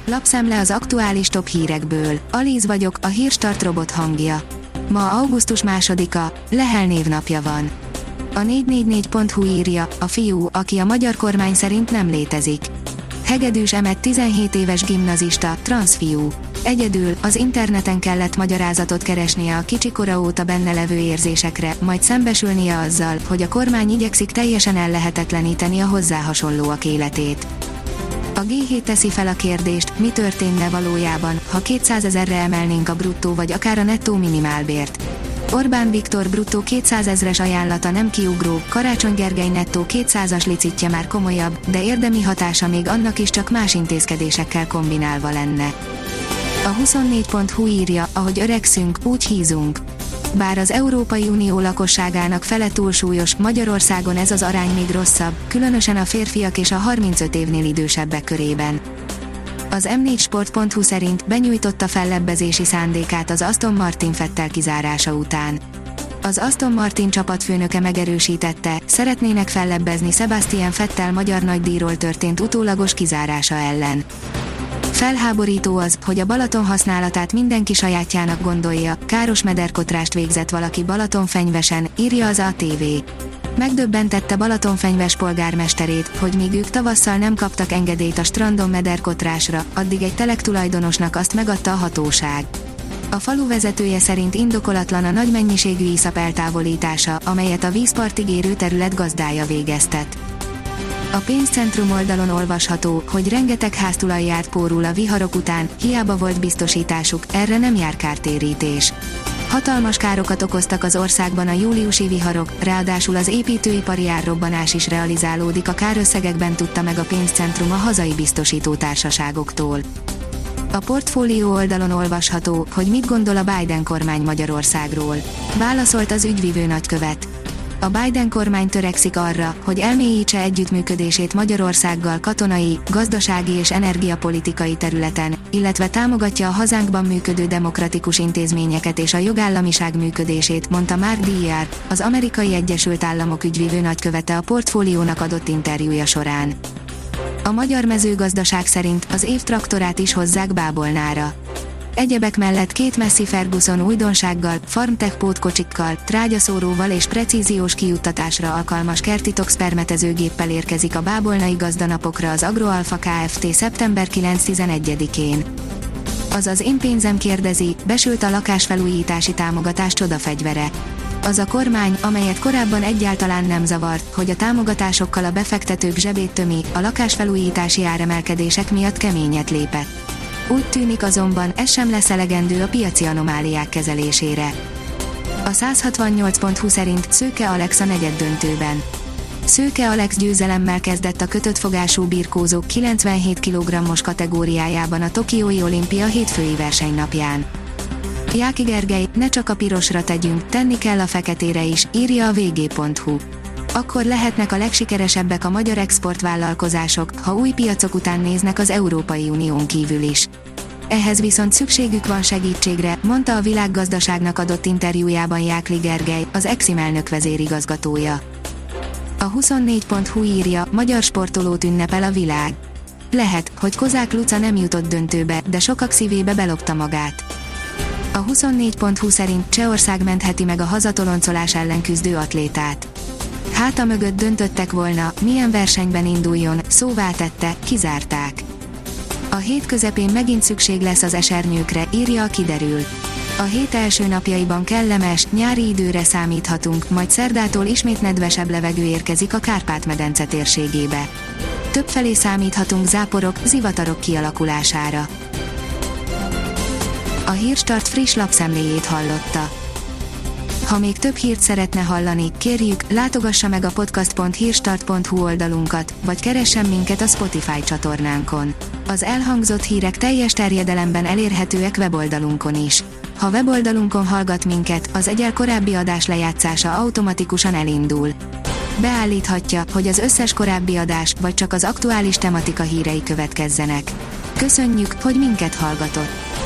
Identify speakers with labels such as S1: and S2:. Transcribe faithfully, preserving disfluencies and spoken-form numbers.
S1: Lapszemle az aktuális top hírekből. Alíz vagyok, a Hírstart robot hangja. Ma augusztus másodika, Lehel névnapja van. A négy négy négy pont hu írja, a fiú, aki a magyar kormány szerint nem létezik. Hegedűs Emet tizenhét éves gimnazista, transzfiú. Egyedül, az interneten kellett magyarázatot keresnie a kicsikora óta benne levő érzésekre, majd szembesülnie azzal, hogy a kormány igyekszik teljesen ellehetetleníteni a hozzá hasonlóak életét. A gé hét teszi fel a kérdést, mi történne valójában, ha kétszázezerre emelnénk a bruttó vagy akár a nettó minimálbért. Orbán Viktor bruttó kétszázezres ajánlata nem kiugró, Karácsony Gergely nettó kétszázas licitje már komolyabb, de érdemi hatása még annak is csak más intézkedésekkel kombinálva lenne. A huszonnégy pont hu írja, ahogy öregszünk, úgy hízunk. Bár az Európai Unió lakosságának fele túlsúlyos, Magyarországon ez az arány még rosszabb, különösen a férfiak és a harmincöt évnél idősebbek körében. Az em négy sport pont hu szerint benyújtotta fellebbezési szándékát az Aston Martin Vettel kizárása után. Az Aston Martin csapatfőnöke megerősítette, szeretnének fellebbezni Sebastian Vettel magyar nagydíjról történt utólagos kizárása ellen. Felháborító az, hogy a Balaton használatát mindenki sajátjának gondolja, káros mederkotrást végzett valaki Balatonfenyvesen, írja az á té vé. Megdöbbentette Balatonfenyves polgármesterét, hogy míg ők tavasszal nem kaptak engedélyt a strandon mederkotrásra, addig egy telek tulajdonosnak azt megadta a hatóság. A falu vezetője szerint indokolatlan a nagy mennyiségű iszap eltávolítása, amelyet a vízpartig érő terület gazdája végeztet. A pénzcentrum oldalon olvasható, hogy rengeteg háztulaj járt pórul a viharok után, hiába volt biztosításuk, erre nem jár kártérítés. Hatalmas károkat okoztak az országban a júliusi viharok, ráadásul az építőipari árrobbanás is realizálódik, a kárösszegekben tudta meg a pénzcentrum a hazai biztosító társaságoktól. A portfólió oldalon olvasható, hogy mit gondol a Biden kormány Magyarországról. Válaszolt az ügyvivő nagykövet. A Biden kormány törekszik arra, hogy elmélyítse együttműködését Magyarországgal katonai, gazdasági és energiapolitikai területen, illetve támogatja a hazánkban működő demokratikus intézményeket és a jogállamiság működését, mondta Mark Dillard, az Amerikai Egyesült Államok ügyvivő nagykövete a portfóliónak adott interjúja során. A magyar mezőgazdaság szerint az év traktorát is hozzák Bábolnára. Egyebek mellett két Massey Ferguson újdonsággal, Farmtech pótkocsikkal, trágyaszóróval és precíziós kijuttatásra alkalmas Kertitox permetezőgéppel érkezik a bábolnai gazdanapokra az Agroalfa Kft. szeptember kilenc-tizenegyedikén. Azaz én pénzem kérdezi, besült a lakásfelújítási támogatás csodafegyvere. Az a kormány, amelyet korábban egyáltalán nem zavart, hogy a támogatásokkal a befektetők zsebét tömi, a lakásfelújítási áremelkedések miatt keményet lépett. Úgy tűnik azonban, ez sem lesz elegendő a piaci anomáliák kezelésére. A száz hatvannyolc pont hu szerint Szőke Alex a negyeddöntőben. Szőke Alex győzelemmel kezdett a kötött fogású birkózók kilencvenhét kilogrammos kategóriájában a Tokiói olimpia hétfői versenynapján. Jáki Gergely, ne csak a pirosra tegyünk, tenni kell a feketére is, írja a vé gé pont hu. Akkor lehetnek a legsikeresebbek a magyar exportvállalkozások, ha új piacok után néznek az Európai Unión kívül is. Ehhez viszont szükségük van segítségre, mondta a Világgazdaságnak adott interjújában Jákli Gergely, az Exim elnök vezérigazgatója. A huszonnégy pont hu írja, magyar sportolót ünnepel a világ. Lehet, hogy Kozák Luca nem jutott döntőbe, de sokak szívébe belopta magát. A huszonnégy pont hu szerint Csehország mentheti meg a hazatoloncolás ellen küzdő atlétát. Háta mögött döntöttek volna, milyen versenyben induljon, szóvá tette, kizárták. A hét közepén megint szükség lesz az esernyőkre, írja a Kiderül. A hét első napjaiban kellemes, nyári időre számíthatunk, majd szerdától ismét nedvesebb levegő érkezik a Kárpát-medence térségébe. Többfelé számíthatunk záporok, zivatarok kialakulására. A Hírstart friss lapszemléjét hallotta. Ha még több hírt szeretne hallani, kérjük, látogassa meg a podcast pont hírstart pont hu oldalunkat, vagy keressen minket a Spotify csatornánkon. Az elhangzott hírek teljes terjedelemben elérhetőek weboldalunkon is. Ha weboldalunkon hallgat minket, az egyel korábbi adás lejátszása automatikusan elindul. Beállíthatja, hogy az összes korábbi adás, vagy csak az aktuális tematika hírei következzenek. Köszönjük, hogy minket hallgatott!